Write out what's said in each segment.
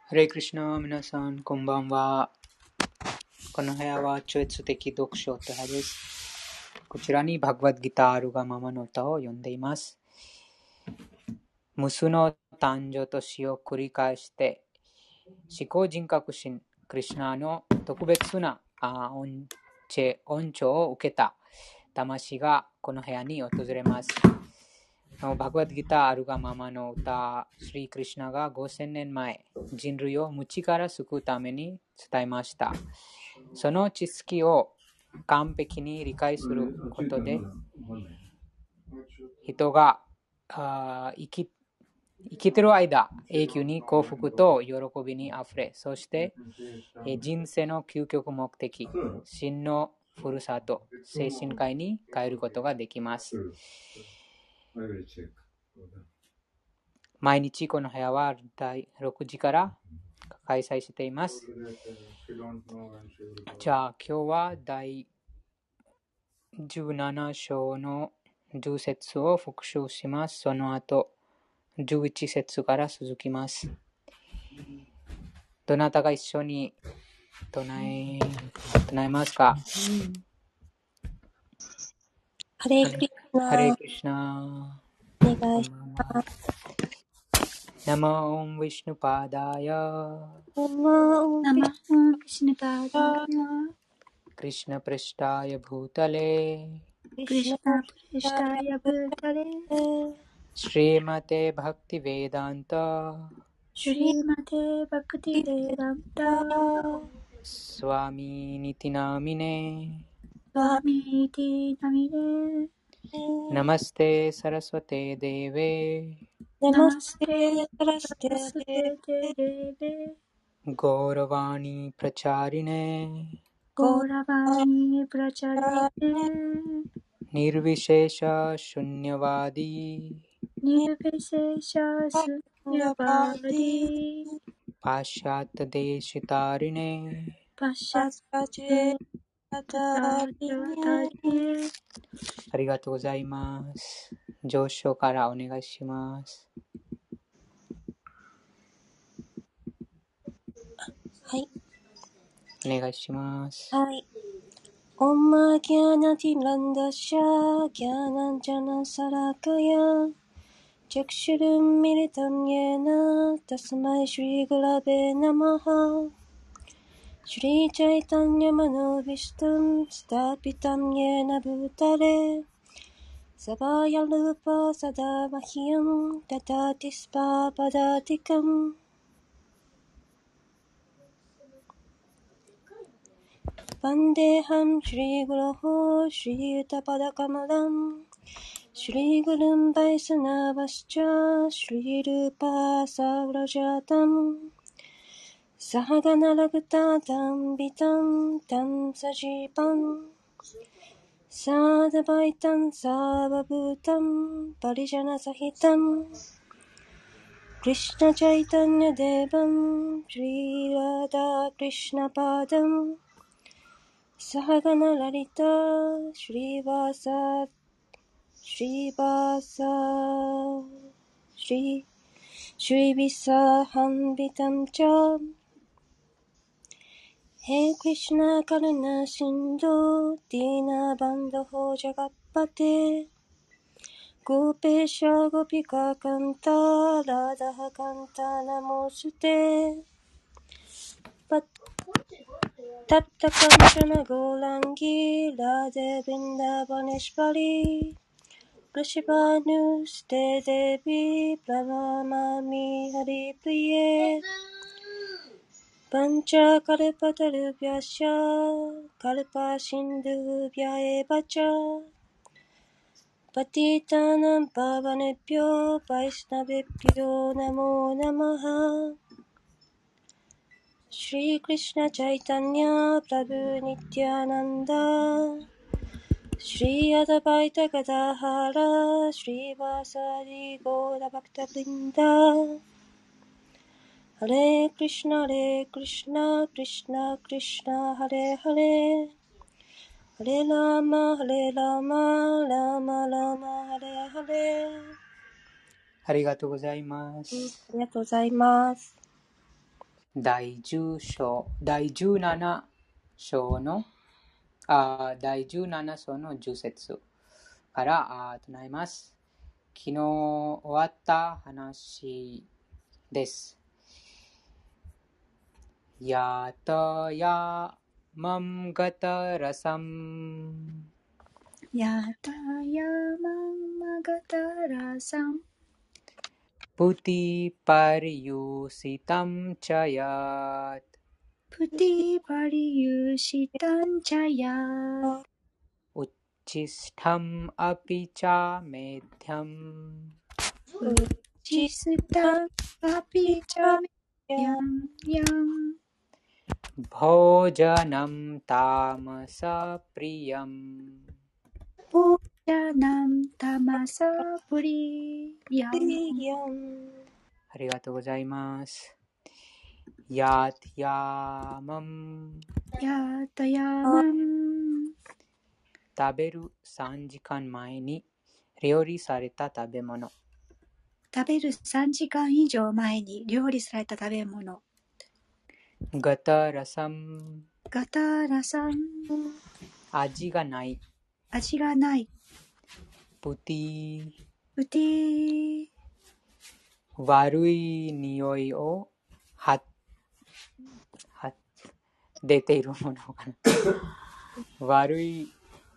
ハレイクリシナ、皆さん、こんばんは。この部屋は超越的読書と部屋です。こちらにバグワッドギターあるがままの歌を読んでいます。無数の誕生と死を繰り返して、思考人格心クリシナの特別な恩寵を受けた魂がこの部屋に訪れます。バグワッドギターあるがままの歌、シリークリシナが5000年前、人類を無知から救うために伝えました。その知識を完璧に理解することで、人が生きている間、永久に幸福と喜びにあふれ、そして人生の究極目的、真のふるさと、精神科医に帰ることができます。毎日この部屋は第6時から開催しています。じゃあ今日は第17章の10節を復習します。その後11節から続きます。どなたが一緒に唱えますか？ ハレークリシナ。 ハレークリシナ。 お願いします。 ナモオンヴィシュヌパーダヤナモナマオンビシュヌパーダヤクリシナプレシタヤブータレクリシナプレシタヤブータレシリマテバクティヴェダンタシュリーマテバクティレダンタスワミニティナミネワミティナミネナマステサラスワテデヴェナマステサラステサテテレレゴーラワーニプラチャリネゴーラバニプラチャリネニルヴィシェシャシュニャワディニルベセシャスニャバーディパシャタデシタリネパシャチェタタリタリネ。 ありがとうございます。上昇からお願いします。 はい。 お願いします。 はい。オンマギャナティランダシャギャナンジャナサラカヤチャクシュルンミリタンヤナタスマイシュリグラベナマハシュリチャイタンヤマノビシタンスタピタンヤナブータレサバヤルーパサダバヒヤンタタティスパパダティカンバンデーハンシュリーグロホシュリユタパダカマランシュリーグルンバイスナバシチャシュリルーパーサウラジャタンサハガナラグタタンビタンタンサジーパンサーダバイタンサーバブータンパリジャナサヒタンクリシナチャイタンヤデバンシュリーラダクリシナパーダンサハガナラリタシュリーバーサシュリーバーサシュリビサハンビタンチャहे कृष्णा करुणा सिंधु दीनबंधो हो जगत्पते गोपेश गोपिका कांता राधा कांता नमोस्तुते तप्त कंचन गौरांगी राधे वृंदावनेश्वरी वृषभानुसुते देवी प्रणमामि हरिप्रिये पंचकल्पतरुभ्यश्च कल्पसिन्धुभ्य एव च पतितानां पावनेभ्यो वैष्णवेभ्यो नमो नमः श्रीकृष्ण चैतन्य प्रभु नित्यानन्द श्री अद्वैत गदाधर श्रीवासादि गौरभक्तवृन्द हरे कृष्णा कृष्णा कृष्णा हरे हरे हरे राम राम राम हरे हरे ありがとうございます。 ありがとうございます。 第17章の第17章の10節から唱えます。昨日終わった話です。やたやまんがたらさんやたやまんまがたらさんプティパリユシタムチャヤプティパリユシタンチャヤウチスタムアピチャメディャムウチスタンアピチャメヤンヤンボジャナムタマサプリヤムボジャナンタマサプリヤン。 ありがとうございます。やたやまんやたやまん食べる3時間前に料理された食べ物。 食べる3時間以上前に料理された食べ物。 ガタラサムガタラサン味がない。 味がない。 プティプティ悪い匂いを出ているものかな。悪い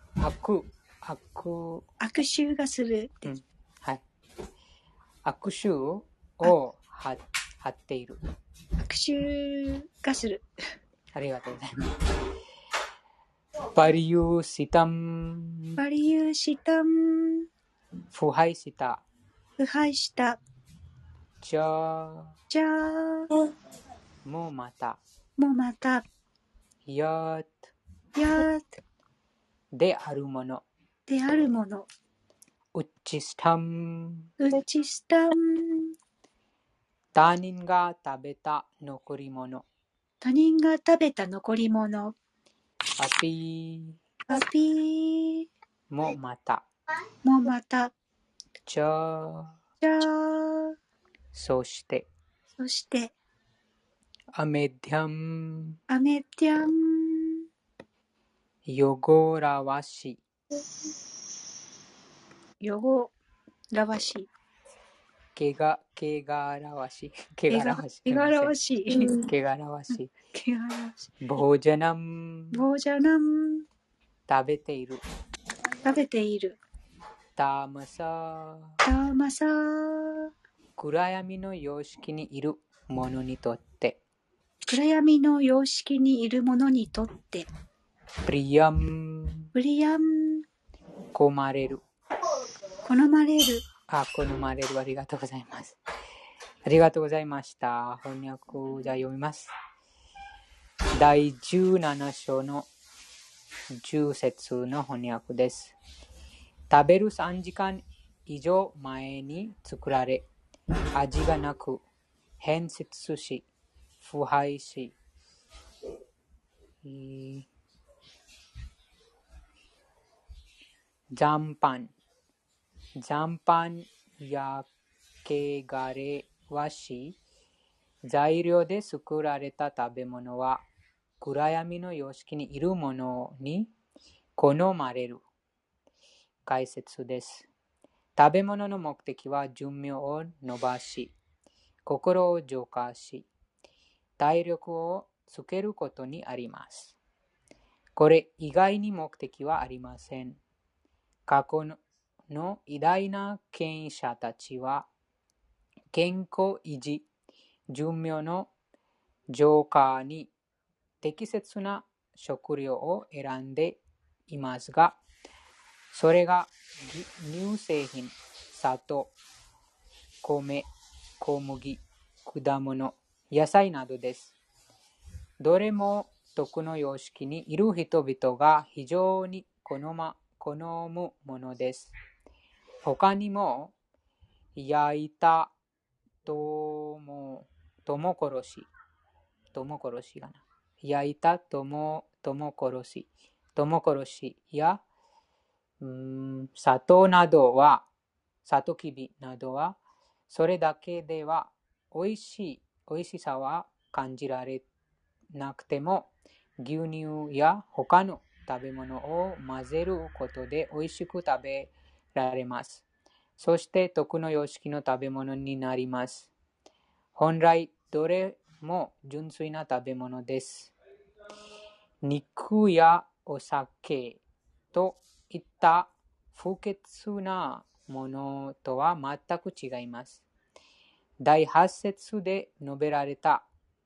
悪臭がする。 はい。悪臭を張っている。 悪臭がする。 ありがとうございます。パリユシタムパリユシタン腐敗した腐敗したじゃじゃあもまたもまたややであるものであるものウチスタムウチスタン他人が食べた残り物他人が食べた残り物アピパピもまたもまたじゃじゃあそしてアメディアムアメディアン汚らわし汚らわしけがらわし汚らわし汚らわしボージャナムボージャナン食べているタマサタマサ暗闇の様式にいる者にとって暗闇の様式にいる者にとってプリヤム好まれる好まれるありがとうございます。ありがとうございました。翻訳じゃ読みます。第17章の10節の翻訳です。食べる3時間以上前に作られ、味がなく、変質し、腐敗し、残飯や汚れはし、材料で作られた食べ物は暗闇の様式にいるものに好まれる。解説です。食べ物の目的は寿命を伸ばし、心を浄化し、体力をつけることにあります。これ以外に目的はありません。過去の偉大な権威者たちは、健康維持、寿命の浄化に適切な食料を選んでいますが、それが乳製品、砂糖、米、小麦、果物、野菜などです。どれも徳の様式にいる人々が非常に好むものです。他にも、焼いたトウモ殺しやサトキビなどはそれだけでは美味しさは感じられなくても、牛乳や他の食べ物を混ぜることで美味しく食べられます。そして徳の様式の食べ物になります。本来どれも純粋な食べ物です。肉やお酒といった不潔なものとは全く違います。第8節で述べられた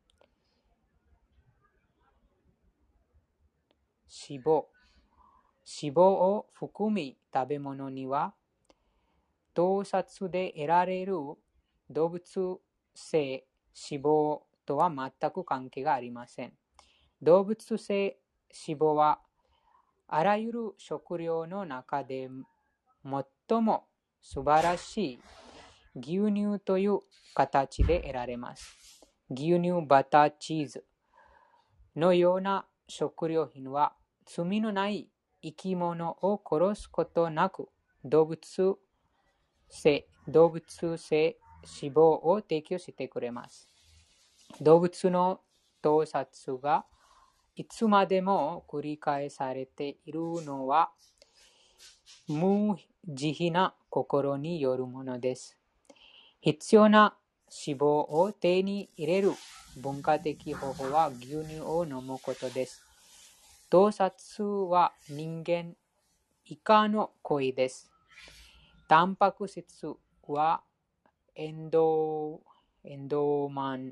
脂肪を含み食べ物には盗撮で得られる動物性脂肪とは全く関係がありません。動物性脂肪はあらゆる食料の中で最も素晴らしい牛乳という形で得られます。牛乳、バター、チーズのような食料品は罪のない生き物を殺すことなく動物性脂肪を提供してくれます。動物の盗撮がいつまでも繰り返されているのは無慈悲な心によるものです。必要な脂肪を手に入れる文化的方法は牛乳を飲むことです。盗撮は人間以下の行為です。タンパク質はエンド豆、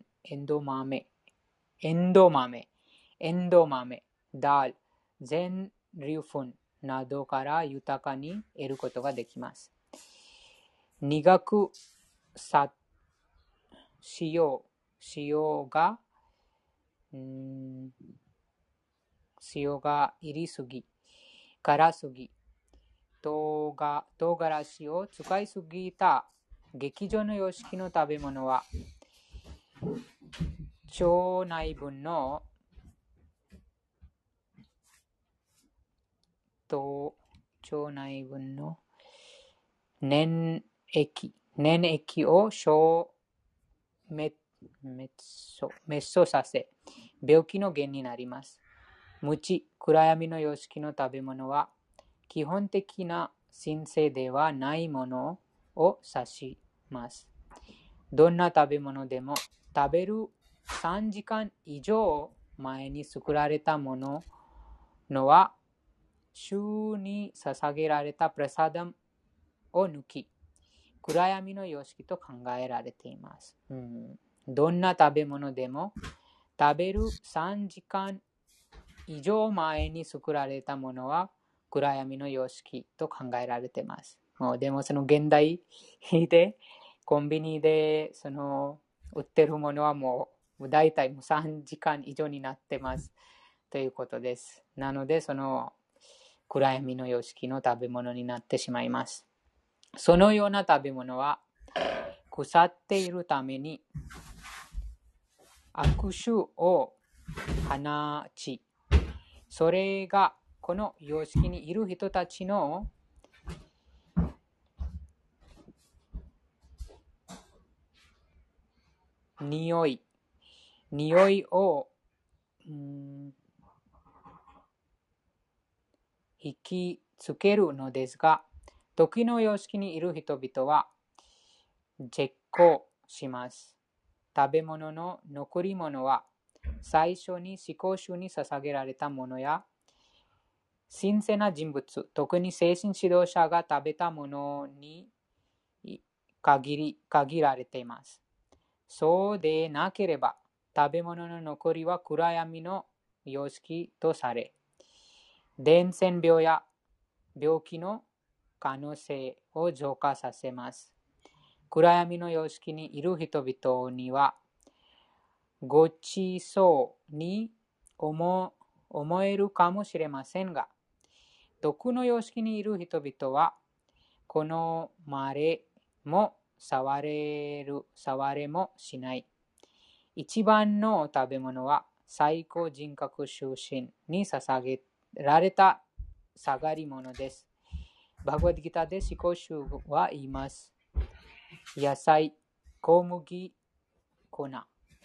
ダール、全粒粉などから豊かに得ることができます。苦く塩が入りすぎ、辛すぎ、唐辛子を使いすぎた劇場の様式の食べ物は腸内分の粘液を滅相させ、病気の原因になります。無知、暗闇の様式の食べ物は基本的な神聖ではないものを指します。どんな食べ物でも食べる3時間以上前に作られたものは主に捧げられたプラサダムを抜き、暗闇の様式と考えられています。どんな食べ物でも食べる3時間以上前に作られたものは暗闇の様式と考えられています。でもその現代でコンビニで売ってるものはもう大体もう3時間以上になってますということです。なので暗闇の様式の食べ物になってしまいます。そのような食べ物は腐っているために悪臭を放ち、それがこの様式にいる人たちの匂いを引きつけるのですが、時の様式にいる人々は絶好します。食べ物の残り物は最初に至高主に捧げられたものや神聖な人物、特に精神指導者が食べたものに限られています。そうでなければ食べ物の残りは暗闇の様式とされ、伝染病や病気の可能性を増加させます。暗闇の様式にいる人々にはごちそうに思えるかもしれませんが、徳の様式にいる人々は好まれも触れもしない。一番の食べ物は最高人格出身に捧げられた下がり物です。バグワッドギターで至高主は言います。野菜、小麦、粉、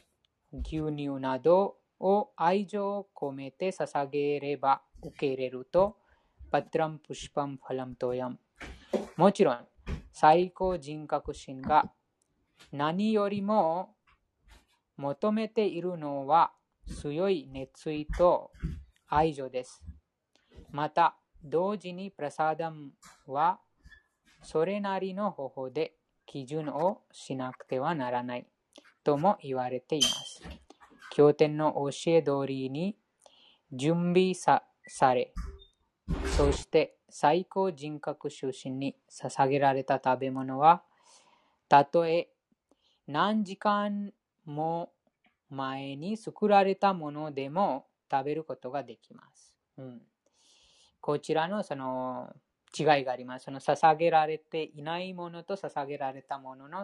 牛乳などを愛情を込めて捧げれば受け入れると、パトランプシパンファラムトヤム。もちろん、最高人格心が何よりも求めているのは強い熱意と愛情です。また、同時にプラサダムはそれなりの方法で基準をしなくてはならないとも言われています。経典の教え通りに準備 され、そして最高人格中心に捧げられた食べ物は、たとえ何時間も前に作られたものでも食べることができます。こちらのその違いがあります。その捧げられていないものと捧げられたものの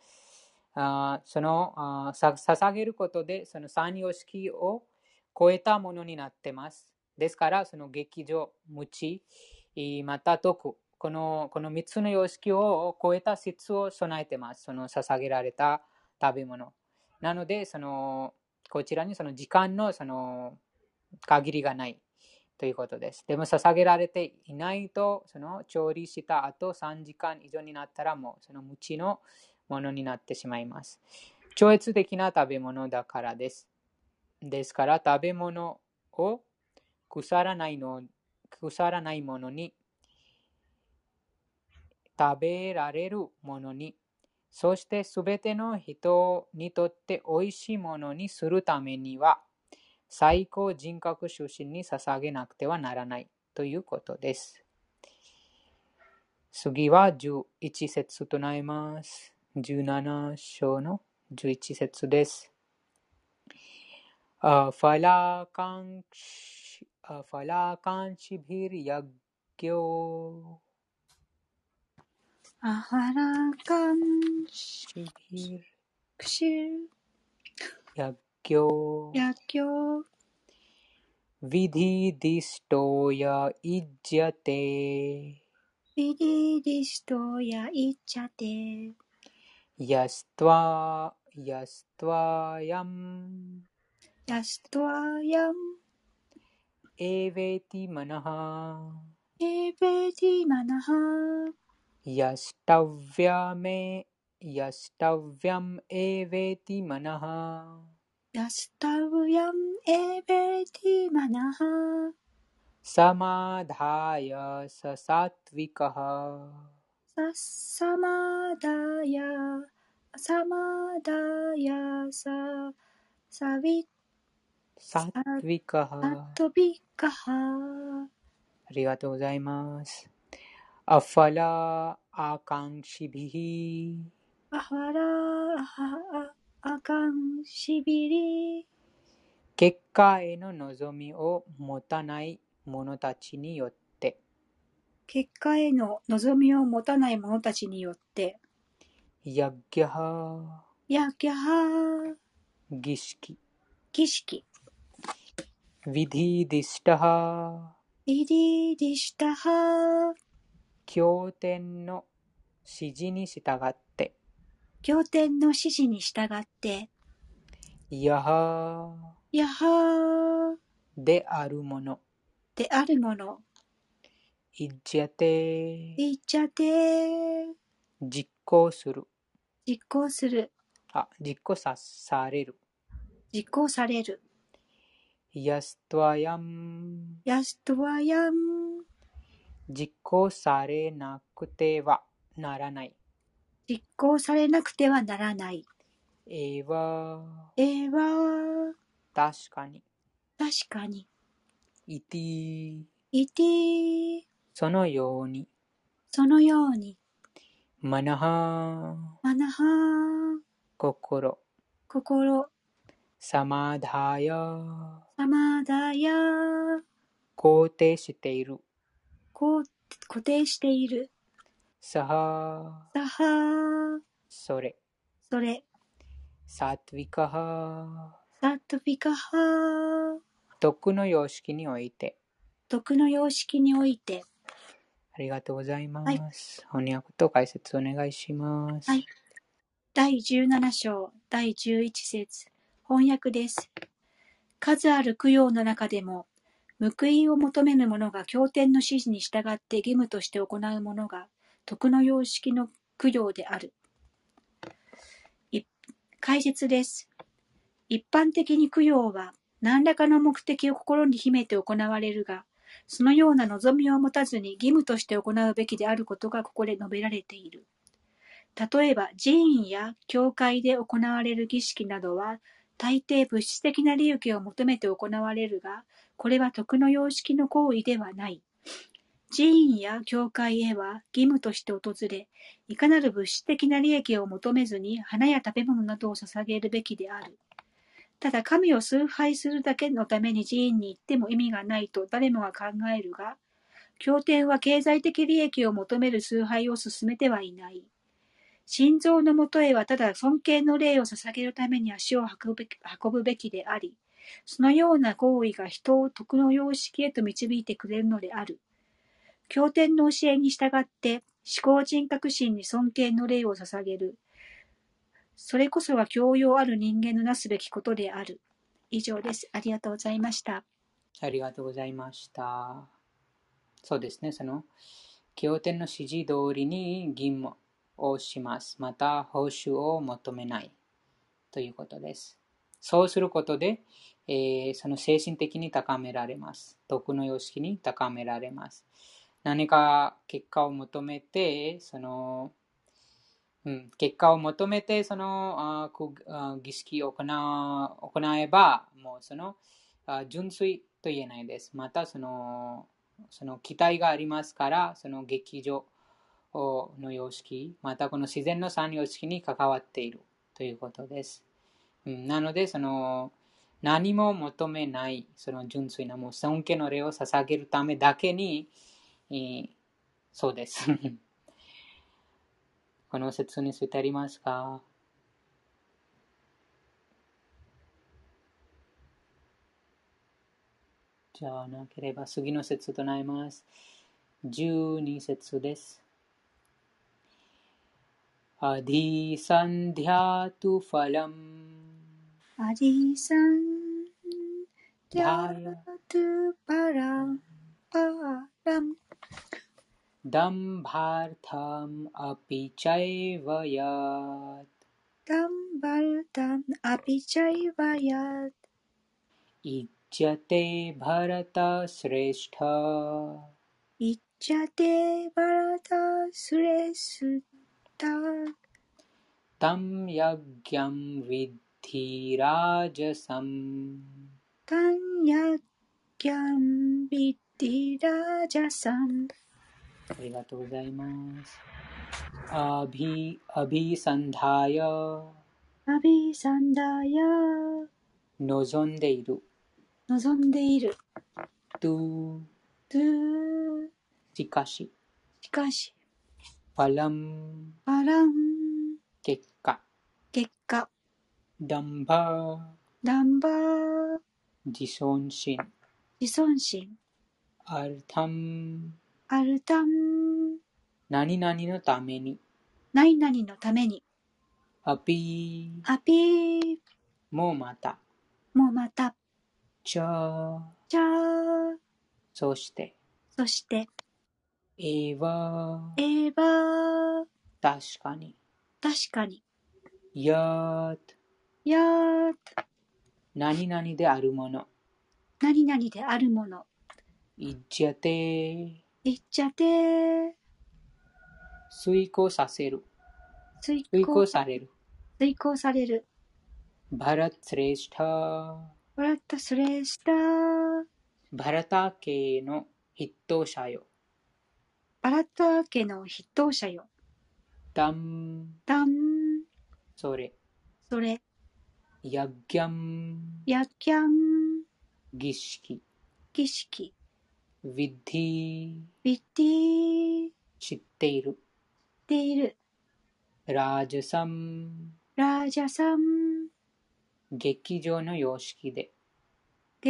捧げることでその三様式を超えたものになっています。ですから、その劇場、無知、また徳、この3つの様式を超えた質を備えています。その捧げられた食べ物。なので、こちらにその時間の限りがないということです。でも捧げられていないと、その調理した後3時間以上になったらもうその無知のものになってしまいます。超越的な食べ物だからです。ですから食べ物を腐らないものに、食べられるものに、そしてすべての人にとって美味しいものにするためには、最高人格出身に捧げなくてはならないということです。次は11節となります。17章の11節です。ファラカンシビリヤギョアハラカンシビクシルヤギョヤギョヴィディディストヤイジャテビディディストヤイチャテヤストワヤムヤストワヤムエヴェティマナハエベティマナハヤスタヴィャムエヴェティマナハヤスタウヤムエベティマナハサマダヤササトヴィカハサマダヤサビサトヴィカサハ。 トビカハありがとうございます。アファラアカンシビヒアハラアカンシビリ結果への望みを持たない者たちによって結果への望みを持たない者たちによってヤッギャハヤギャハ儀式儀式ヴィディディスタハイディディシタハ経典の指示に従って経典の指示に従ってヤハヤハであるものであるものイッジャテイッチャテ実行する実行する実行される実行されるヤストワヤムヤストワヤム実行されなくてはならない実行されなくてはならないエヴァ確かに確かにイティイティそのようにそのようにマナハマナハ心ササマダヤマダヤ肯定している固定しているサハサハそれサトヴィカハトビカハ徳の様式において徳の様式においてありがとうございます、翻訳と解説お願いします。 はい。第17章第11節翻訳です。数ある供養の中でも、報いを求める者が経典の指示に従って義務として行うものが、徳の様式の供養である。解説です。一般的に供養は、何らかの目的を心に秘めて行われるが、そのような望みを持たずに義務として行うべきであることがここで述べられている。例えば、寺院や教会で行われる儀式などは、大抵物質的な利益を求めて行われるが、これは徳の様式の行為ではない。寺院や教会へは義務として訪れ、いかなる物質的な利益を求めずに花や食べ物などを捧げるべきである。ただ神を崇拝するだけのために寺院に行っても意味がないと誰もが考えるが、経典は経済的利益を求める崇拝を進めてはいない。神像のもとへはただ尊敬の礼を捧げるために足を運ぶべきであり、そのような行為が人を徳の様式へと導いてくれるのである。経典の教えに従って思考人格心に尊敬の礼を捧げる。それこそは教養ある人間のなすべきことである。以上です。ありがとうございました。 ありがとうございました。そうですね、その経典の指示通りに義務をします。また報酬を求めないということです。そうすることで、その精神的に高められます。徳の様式に高められます。何か結果を求めて、結果を求めてその儀式を行えば、もうその純粋と言えないです。またその期待がありますから、その劇場の様式、またこの自然の三様式に関わっているということです。なので、何も求めない、その純粋なもう尊敬の礼を捧げるためだけに、そうです。この説についてありますか？じゃあなければ次の説となります。12節です。アディサンディアトゥファラムアディサンディアトゥパラムダンバルタムアピチャイヴァヤダンバルタムアピチャイバヤイッチャテバラタスレシタイッチャテバラタスレスタタムヤギャムヴィッティラジャサムタンヤギャンビッティラジャサン。 ありがとうございます。アビサンダヤアビサンダヤ望んでいる望んでいるトゥトゥしかししかしパランパラン結果ダンバー自尊心アルタム何々のためにアピーもまたチャーそしてエヴァ確かにヤー何々であるものイッチャテ遂行されるバラツレシタバラタ家の筆頭者よダンそれヤッギャン儀式ヴィッディ知っているラージャサム劇場の様式であ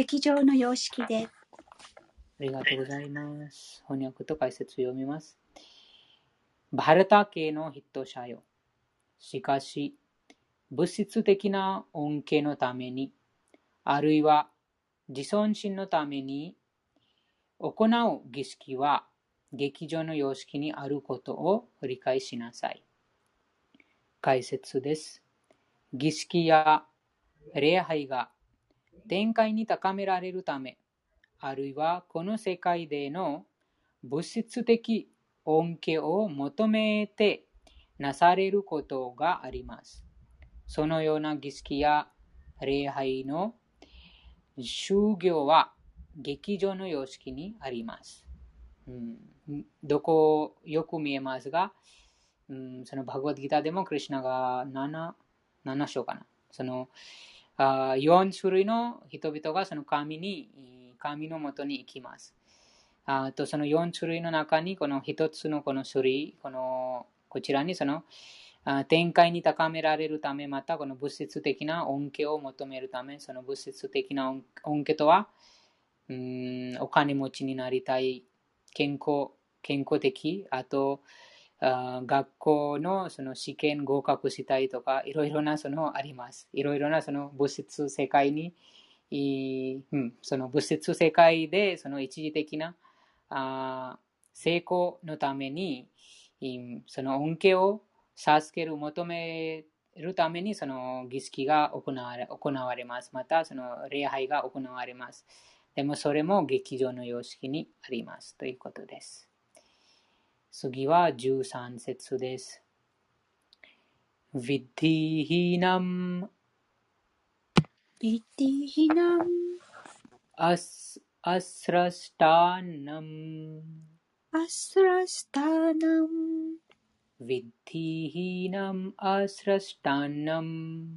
りがとうございます。翻訳と解説を読みます。バラタ家の筆頭者よしかし物質的な恩恵のために、あるいは自尊心のために行う儀式は劇場の様式にあることを理解しなさい。解説です。儀式や礼拝が天界に高められるため、あるいはこの世界での物質的恩恵を求めてなされることがあります。そのような儀式や礼拝の修行は劇場の様式にあります。どこよく見えますが、そのバガバッドギターでもクリシュナが7章かな。その4種類の人々がその神のもとに行きます。その4種類の中にこの一つのこの種類、こちらにその天界に高められるため、またこの物質的な恩恵を求めるため、その物質的な恩恵とは、お金持ちになりたい、健康的、あと学校のその試験合格したいとか、いろいろなそのあります。いろいろなその物質世界に、その物質世界でその一時的な成功のために、その恩恵を授ける、求めるためにその儀式が行われます。またその礼拝が行われます。でもそれも劇場の様式にありますということです。次は13節です。ヴィッディヒナムアスラスタナムヴィッディヒナムアスラスタナム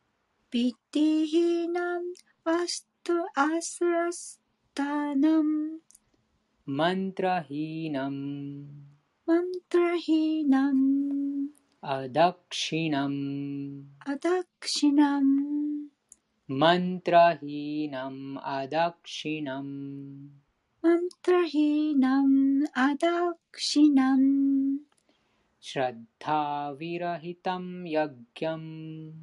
マントラヒナムアダクシナムマントラヒナムアダクシナムシラッダーヴィラヒタムヤッギャム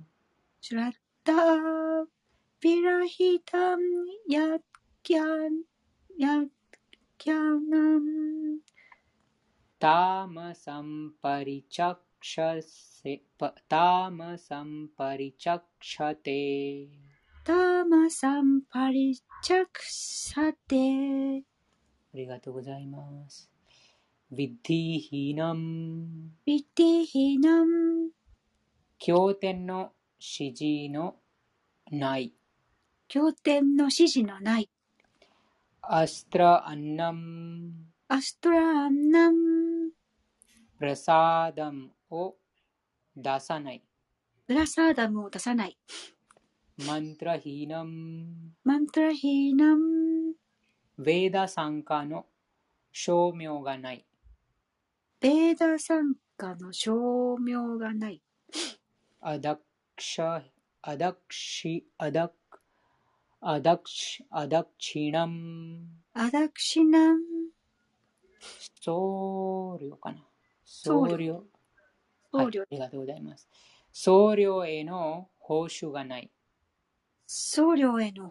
タマサンパリチャクシャテありがとうございます。ヴィッディヒナム経典の指示のないアストラアンナムプラサーダムを出さないマントラヒナムヴェーダ参加の証明がないアダクシナム僧侶かな僧侶はい、ありがとうございます。僧侶への報酬がないシュ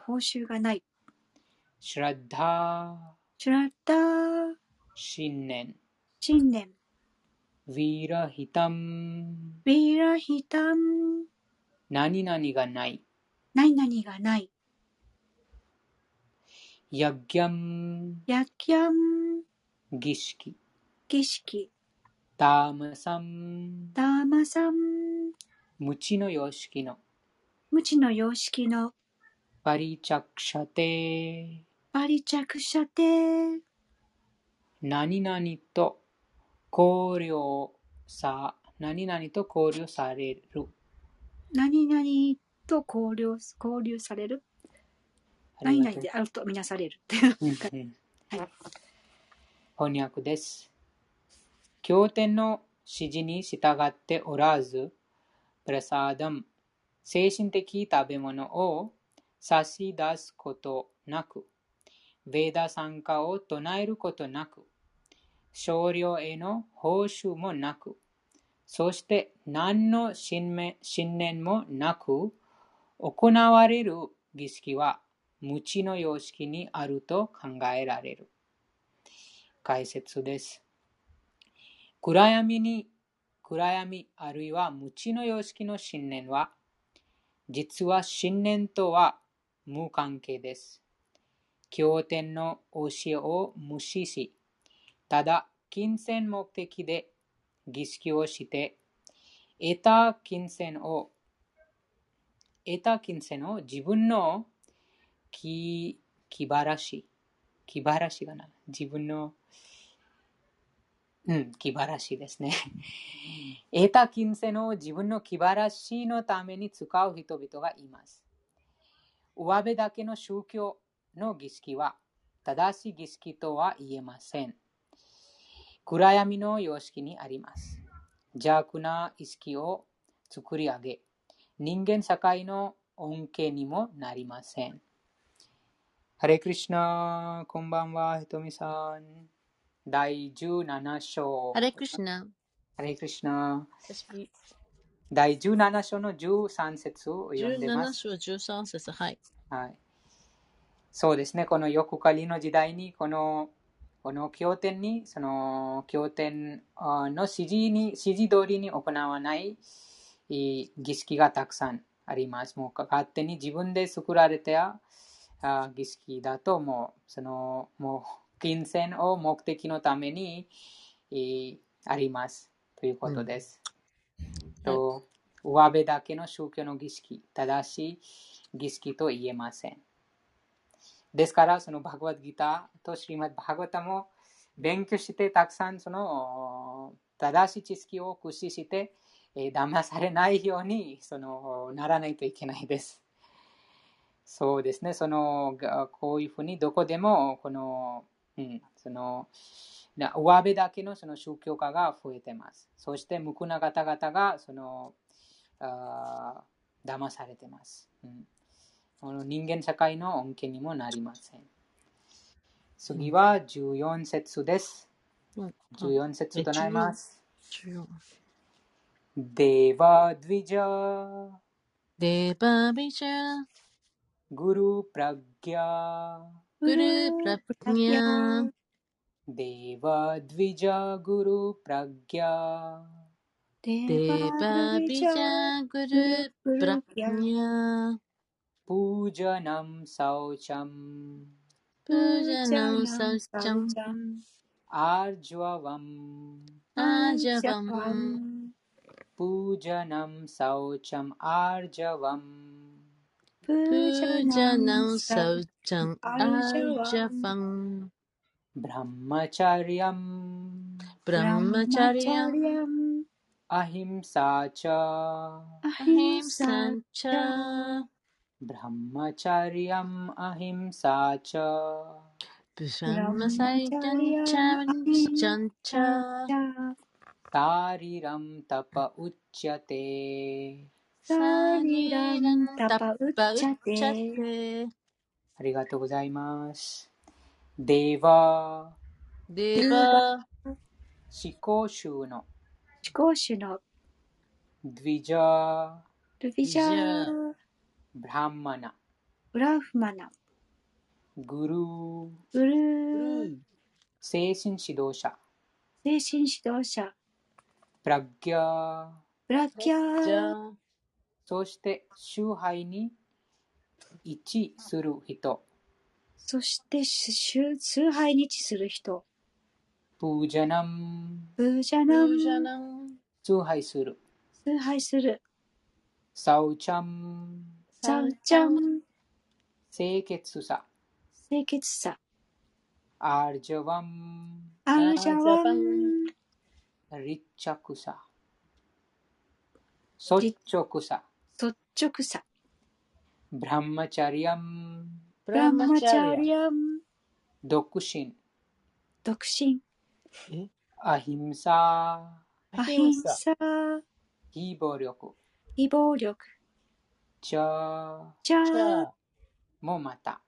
ラッダー信念ヴィーラヒタム何々がないヤッギャム儀式ターマサム無知の様式のパリチャクシャテ何々と考慮される何々であるとみなされる翻訳です。経典の指示に従っておらず、プラサーダム、精神的食べ物を差し出すことなく、ヴェーダ参加を唱えることなく、少量への報酬もなく、 そして何の信念もなく行われる儀式は無知の様式にあると考えられる。解説です。暗闇あるいは無知の様式の信念は、実は信念とは無関係です。経典の教えを無視し、ただ金銭目的で儀式をして、得た金銭を自分の気晴らしがな。自分の気晴らしですね。得た金銭を自分の気晴らしのために使う人々がいます。上辺だけの宗教の儀式は正しい儀式とは言えません。暗闇の様式にあります。邪悪な意識を作り上げ、人間社会の恩恵にもなりません。ハレクリシュナ、こんばんは、ひとみさん。第17章。 ハレクリシュナ。 ハレクリシュナ。 私、 第17章の13節を読んでます。 17章13節、はい。 はい。そうですね、このヨクカリの時代に、この経典に、その経典の指示通りに行わない儀式がたくさんあります。もう勝手に自分で作られた儀式だともう金銭を目的のためにありますということです。上辺だけの宗教の儀式、正しい儀式と言えません。ですから、そのバガバッドギターとシリマッバガバタも勉強して、たくさんその正しい知識を駆使して、騙されないようにならないといけないです。そうですね、こういうふうにどこでも上辺だけのその宗教家が増えています。そして無垢な方々が騙されています。人間社会の恩恵にもなりません。次は14節です。14節となります。デバドヴィジャグルプラギャデバドヴィジャグルプラギャデバビジャグルプラギャプージャナムサウチャムプージャナムサウチャムアージャワムアージャワムプージャナムサウチャムアージャワムプージャナムサウチャムアージャワムブランマチャリアムブランマチャリアムアヒムサチャアヒムサチャブランマチャリアムアヒムサチャブランマサイチャンチャンチャンチャサリラムタパウッチャテサリランタパウッチャテ。 ありがとうございます。デバ思考集のドゥヴィジャブランマナグルー精神指導者プラギャーそして崇拝に一致する人プージャナム崇拝するサウチャム清潔さアージャワム立着さ率直さブランマチャリアム独身アヒムサ非暴力チャもまた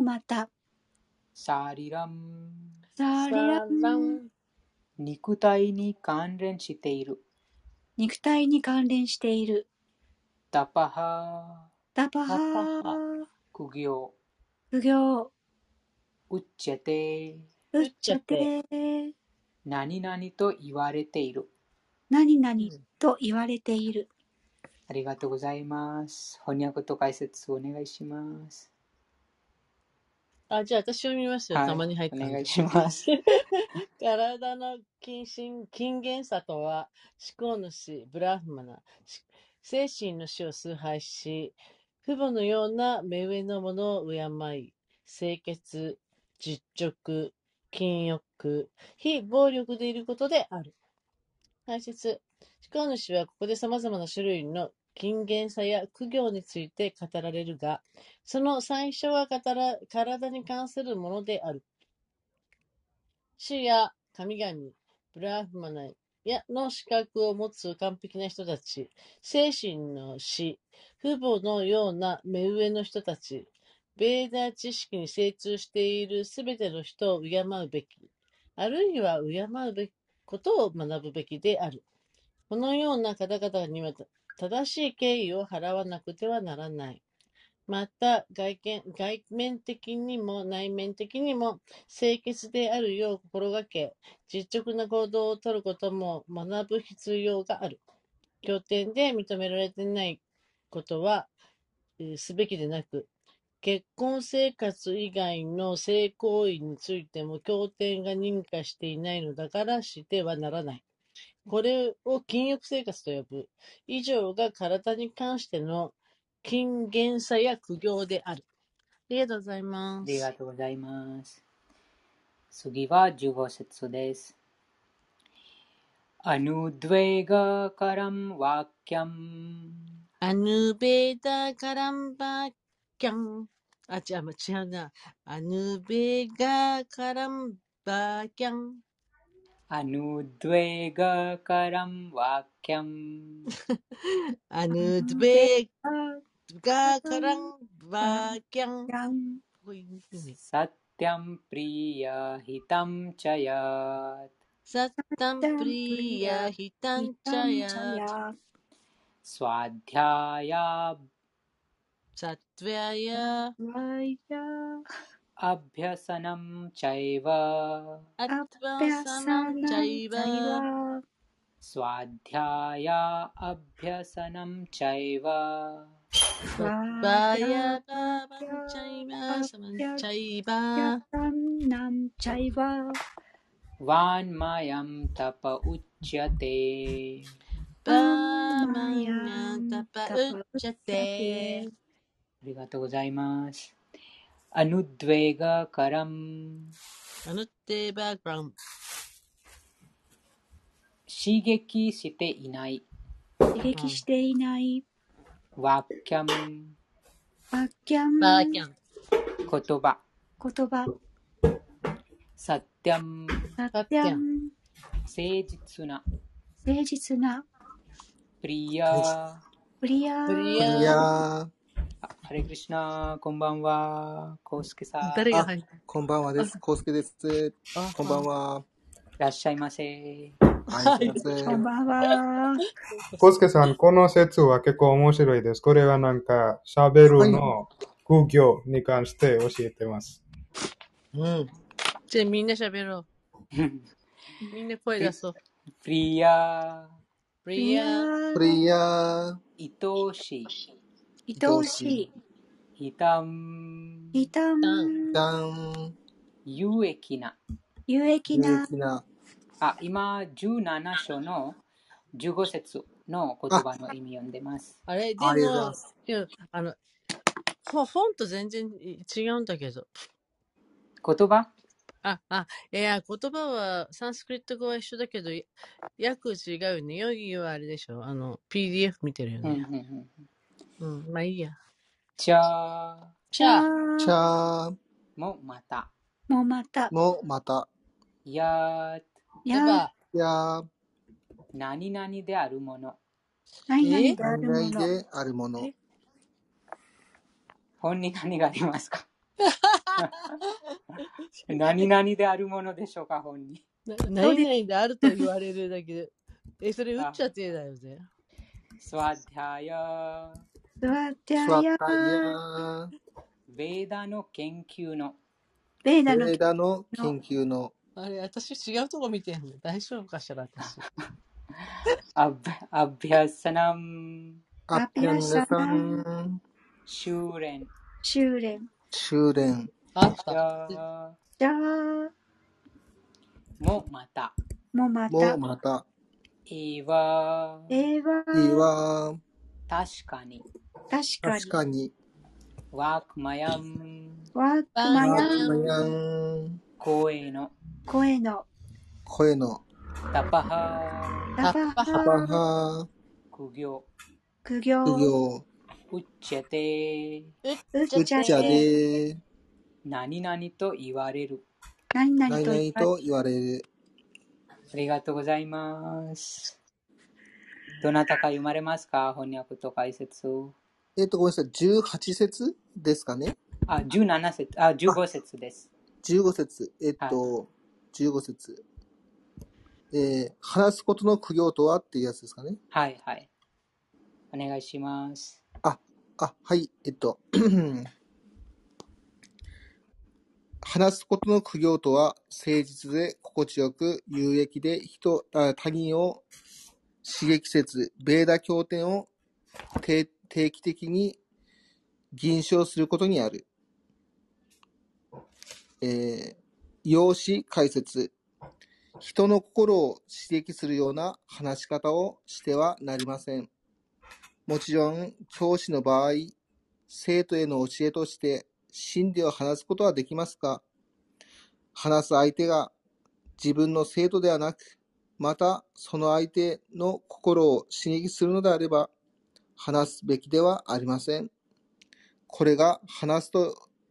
サリラム肉体に関連している肉体に関連している。 タパハタパタパハハ苦行苦行ウッチェテウッチャウッチャテテ何々と言われている。 何々と言われている。 ありがとうございます。翻訳と解説お願いします。 あ、じゃあ私読みますよ。 はい、 たまに入ったんで。 お願いします。 体の金元さとは、思考主、ブラフマナ、精神の死を崇拝し、父母のような目上のものを敬い、清潔、実直、禁欲、非暴力でいることである。解説。思考主はここで様々な種類の金元さや苦行について語られるが、その最初は体に関するものである。主や神々、ブラフマナやの資格を持つ完璧な人たち、精神の死、父母のような目上の人たち、ベーダ知識に精通しているすべての人を敬うべき、あるいは敬うべきことを学ぶべきである。このような方々には正しい敬意を払わなくてはならない。また、外面的にも内面的にも清潔であるよう心がけ、実直な行動をとることも学ぶ必要がある。経典で認められていないことはすべきでなく、結婚生活以外の性行為についても経典が認可していないのだからしてはならない。これを禁欲生活と呼ぶ。以上が体に関しての金元さや苦行である。ありがとうございまありがす。 とうございます。次は15節です。アヌドゥエガカラムワキャムアヌベダカランバキャン。あ、違うな。アヌベガカランバキャン。 アヌドゥエガカラムワキャムアヌベガカランバキャン。 サッティャンプリヤヒタムチャヤーサッタンプリヤヒタンチャヤスワディャヤサットゥヤヤアビャサナムチャイバアッバサナムチャイバスワディャヤアビャサナムチャイババヤババンチャイバサマンチャイバワンマヤムタパウッチャテバマヤンタパウッチャテ。 ありがとうございます。アヌドゥエガカラムアヌテバグラム。 刺激していない刺激していないワキャムバッキャンバーキャン。 言葉言葉サッティャムサッティャン誠実な誠実なプリヤプリヤプリいやヤ。 ー、 ハレクリシナこんばんはコウスケさんい誰が入った？ こんばんはです。コウスケです。こんばんは。 らっしゃいませ。 はい、すいません。 こんばんは。 コウスケさん、この説は結構面白いです。これはなんか、喋るの苦行に関して教えてます。 うん。じゃあみんな喋ろう。みんな声出そう。 プリヤプリヤ。 プリヤー、 愛しい愛しいヒタムヒタンダン、 有益な有益有な益な。 今17章の15節の言葉の意味読んでます。 あれでありがとうございもます。 いやフォント全然違うんだけど。 言葉いや、言葉は、サンスクリット語は一緒だけど、訳違うよね。ヨギはあれでしょ。PDF 見てるよね。まあいいや。 チャチャチーャーもまたもまたもまた。 ややば。 いやー、 何々であるもの何々であるもの何々であるもの。 本に何がありますか何々であるものでしょうか本に何々であると言われるだけで。 それ打っあ、 ちゃってだよね。 スワッダーヤ。 スワテスワッャヤタイヤ。 ベーダの研究の。 ベーダのベーダのの研究の。 あれ、私違うとこ見てんの。大丈夫かしら、私。 アブビャサナム。 アピャンネさナん。 修練。 修練。 修練。 あった。 やじゃあ、 もまた。 ももまた。 また。 いわ。 えいは、 わ。 確かに。 確かに。 確かに。 ワークマヤン。 ワークマワヤークマン。 ヤン。 声の。 声の。 声の。 タパハ。 タパパパハ。 ハ。 苦行。 苦行。 苦行。 うっちゃて。 うっうっちゃちゃて。 で。 何々と言われる。 何々 何と言われ 々と言われる。 ありがとうございます。どなたか読まれますか？翻訳と解説。 ごめんなさい。18節ですかね。 17節、15節です。 15節。15節。話すことの苦行とはっていうやつですかね。 はいはい。お願いします。 はい。話すことの苦行とは、誠実で心地よく、有益で他人を刺激せず、ベーダ経典を定期的に吟唱することにある。要旨解説。人の心を刺激するような話し方をしてはなりません。もちろん、教師の場合、生徒への教えとして真理を話すことはできますが、話す相手が自分の生徒ではなく、またその相手の心を刺激するのであれば、話すべきではありません。これが話す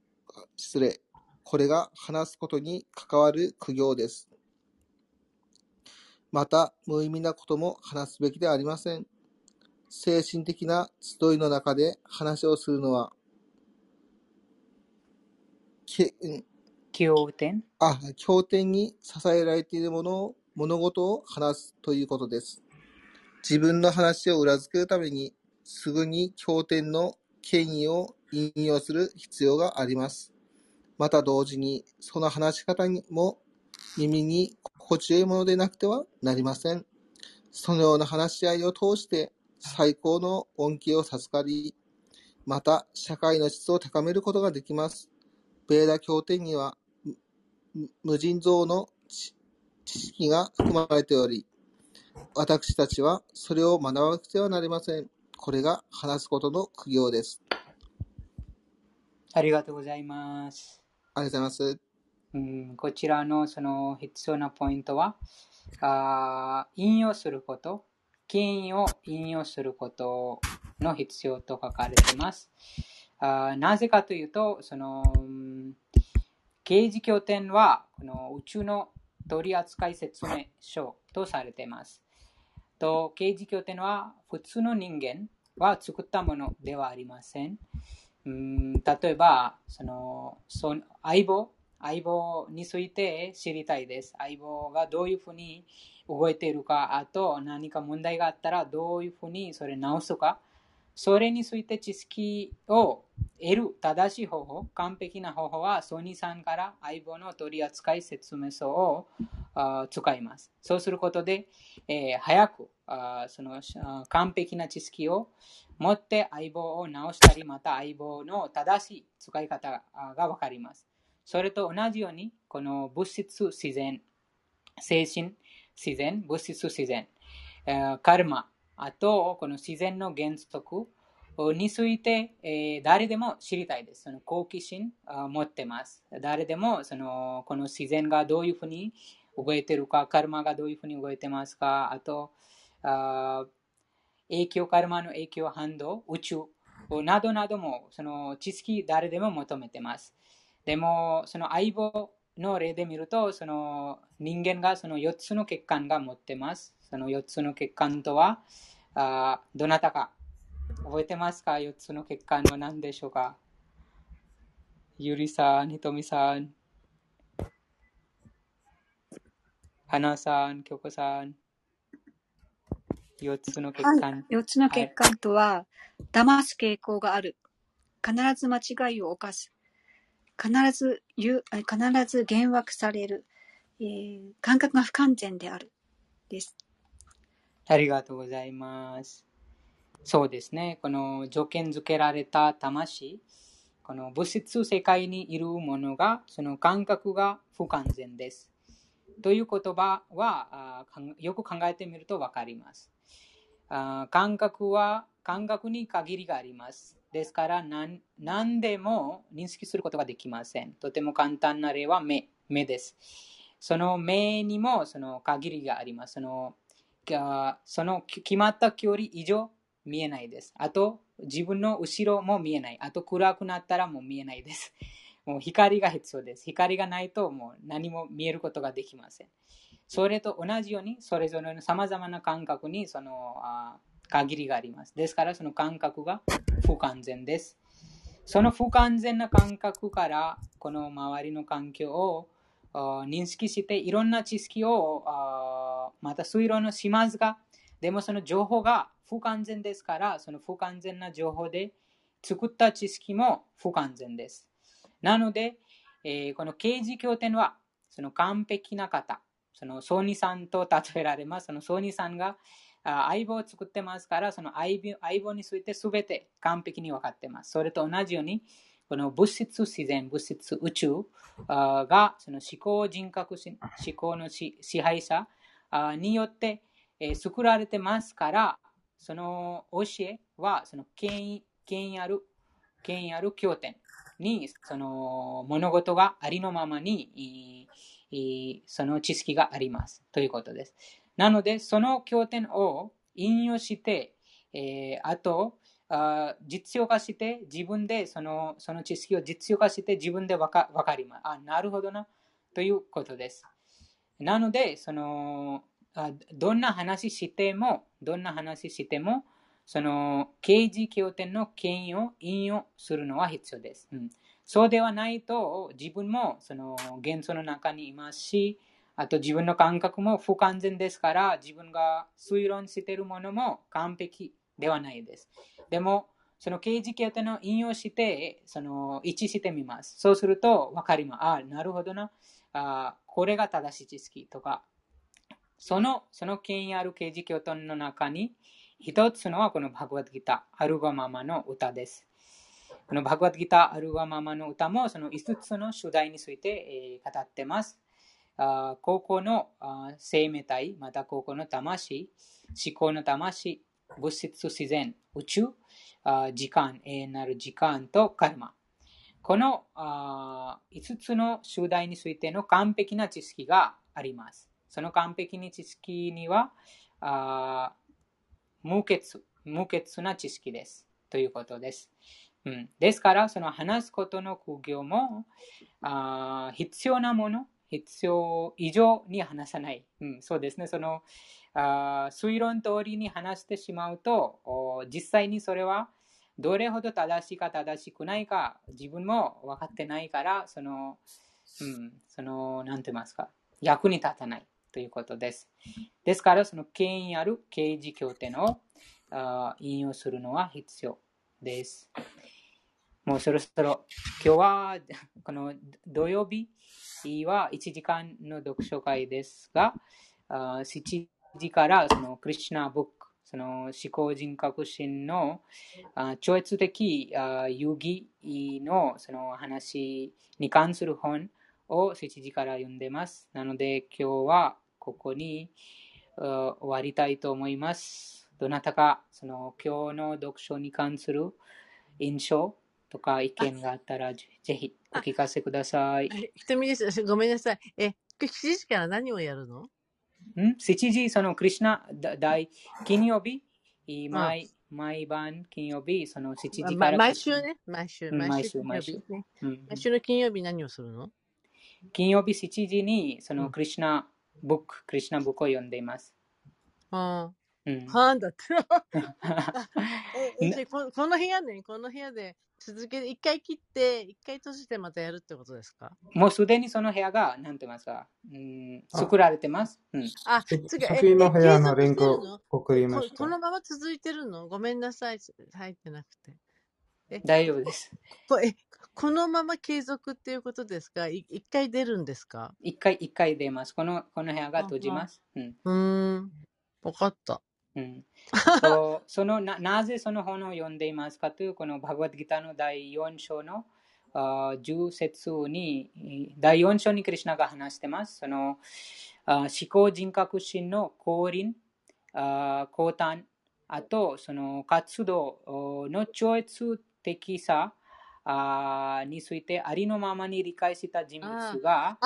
ことに関わる苦行です。また、無意味なことも話すべきではありません。精神的な集いの中で話をするのは、 経典に支えられている物事を話すということです。自分の話を裏付けるために、すぐに経典の権威を引用する必要があります。また同時に、その話し方にも耳に心地よいものでなくてはなりません。そのような話し合いを通して最高の恩恵を授かり、また社会の質を高めることができます。ベーダ経典には無尽蔵の知識が含まれており、私たちはそれを学ばなくてはなりません。これが話すことの苦行です。 ありがとうございます。 ありがとうございます。 こちらのその必要なポイントは、引用すること、権威を引用することの必要と書かれています。なぜかというと、その啓示経典はこの宇宙の取扱説明書とされています。と、啓示経典は普通の人間は作ったものではありません。例えば、相棒について知りたいです。相棒がどういうふうに動いているか、あと何か問題があったらどういうふうにそれ直すか、それについて知識を得る正しい方法、完璧な方法はソニーさんから相棒の取扱説明書を使います。そうすることで、早くその完璧な知識を持って相棒を直したり、また相棒の正しい使い方がわかります。それと同じように、この物質自然、精神自然、物質自然、カルマ、あとこの自然の原則について、誰でも知りたいです。その好奇心を持ってます。誰でもこの自然がどういうふうに動いているか、カルマがどういうふうに動いてますか、あとカルマの影響反動、宇宙などなどもその知識誰でも求めてます。でもその相棒の例で見ると、その人間がその4つの血管が持ってます。その4つの血管とはどなたか覚えてますか？ 4 つの血管は何でしょうか？ゆりさん、ひとみさん、はなさん、きょこさん。 4つの欠はい。 陥。 4つの欠はい。 陥とは、騙す傾向がある。必ず間違いを犯す。必ず幻惑される。感覚が不完全である。です。 ありがとうございます。そうですね。この条件付けられた魂、この物質世界にいるものが、その感覚が不完全です。という言葉はよく考えてみると分かります。感覚に限りがあります。ですから何でも認識することができません。とても簡単な例は目です。その目にもその限りがあります。その決まった距離以上見えないです。あと自分の後ろも見えない。あと暗くなったらもう見えないです。もう光が必要です。光がないともう何も見えることができません。それと同じように、それぞれの様々な感覚にその限りがあります。ですから、その感覚が不完全です。その不完全な感覚から、この周りの環境を認識して、いろんな知識をまた推論しますが、でもその情報が不完全ですから、その不完全な情報で作った知識も不完全です。なので、この啓示経典は、その完璧な方、そのソニさんと例えられます。そのソニさんが相棒を作ってますから、その相棒について全て完璧に分かってます。それと同じように、この物質自然、物質宇宙がその思考人格、思考の支配者によって作られてますから、その教えはその権威ある経典にその物事がありのままにその知識がありますということです。なのでその経典を引用して、あと実用化して自分でその知識を実用化して自分で分かります。なるほどなということです。なのでそのどんな話してもその啓示経典の権威を引用するのは必要です。そうではないと自分もその幻想の中にいますし、あと自分の感覚も不完全ですから自分が推論しているものも完璧ではないです。でもその啓示経典を引用してその一致してみます。そうすると分かります。なるほどな。これが正しい知識とか、その権威ある啓示経典の中に一つのはこのバグワッドギター、アルガママの歌です。このバグワッドギター、アルガママの歌もその5つの主題について、語っています。高校の生命体、また高校の魂、思考の魂、物質自然、宇宙、時間、永遠なる時間とカルマ。この5つの主題についての完璧な知識があります。その完璧な知識には無欠な知識ですということです。ですからその話すことの苦行も必要なもの、必要以上に話さない。そうですね。その推論通りに話してしまうと実際にそれはどれほど正しいか正しくないか自分も分かってないからその何て言いますか、役に立たないということです。ですからその権威ある啓示経典を引用するのは必要です。もうそろそろ今日はこの土曜日は1時間の読書会ですが、7時からそのクリシュナブック、その思考人格心の超越的遊戯のその話に関する本を7時から読んでます。なので今日はここに終わりたいと思います。どなたかその今日の読書に関する印象とか意見があったらぜひお聞かせください。 ひとみです。ごめんなさい。7時から何をやるの ？7時、そのクリシュナ金曜日、毎晩金曜日、その7時から。 毎週ね。毎週の金曜日何をするの？ 金曜日7時にそのクリシュナブックを読んでいます。 だって。この部屋で続けて、一回切って、一回閉じてまたやるってことですか？ もうすでにその部屋が、なんて言いますか、作られてます。 あ、次、 次の部屋継のリンク続してるをの？ 送りましこた。 のまま続いてるの？ごめんなさい、入ってなくて。 大丈夫です。 このまま継続っていうことですか？一回出るんですか？ 一回出ます。この部屋が閉じます。 わかった。 なぜその本を読んでいますかという、このバガバッドギターの第4章の10節に、第4章にクリシュナが話しています。その思考人格心の降臨、降誕、あとその活動の超越的さについてありのままに理解した人物が、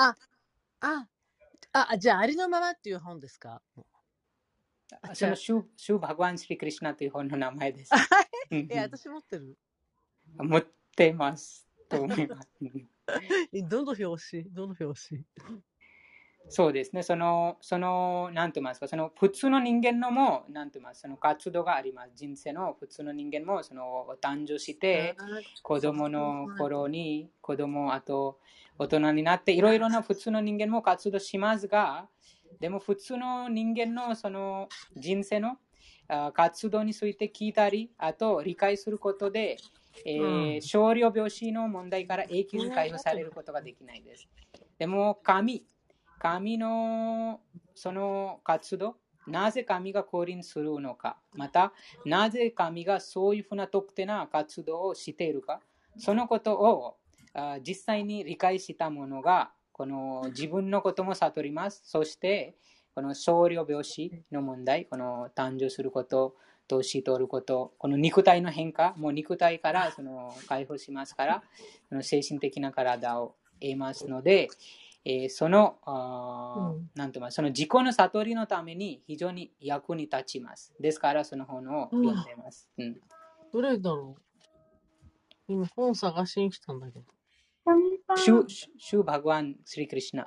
じゃあありのままっていう本ですか？ そのシュバガワン・スリ・クリシュナという本の名前です。 私持ってる？ 持ってますと思います。 どの表紙？ そうですね。なんて言いますか、その普通の人間のも、なんて言います、その活動があります。人生の普通の人間も、その誕生して、子供の頃に、あと大人になって、いろいろな普通の人間も活動しますが、でも普通の人間のその人生の活動について聞いたり、あと理解することで、少量病死の問題から永久に解放されることができないです。でも神のその活動、なぜ神が降臨するのか、またなぜ神がそういうふうな特定な活動をしているか、そのことを実際に理解したものがこの自分のことも悟ります。そしてこの少量病死の問題、この誕生すること、年取ること、この肉体の変化、もう肉体からその解放しますから、その精神的な体を得ますので、その自己の悟りのために非常に役に立ちます。ですからその本を読んでいます。 どれだろう？今本探しに来たんだけど。 シュバガワン・スリ・クリシュナ。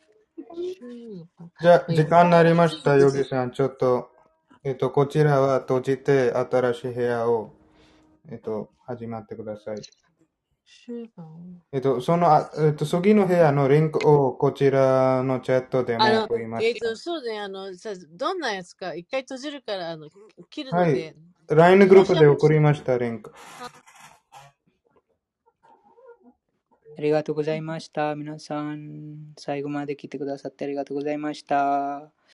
じゃあ、時間になりました、ヨギさん。ちょっと、こちらは閉じて、新しい部屋を、始まってください。その、次の部屋のリンクをこちらのチャットでも送りました。 そうね、どんなやつか、一回閉じるから、切るので。 はい。LINE グループで送りました、リンク。 ありがとうございました。皆さん、最後まで来てくださってありがとうございました。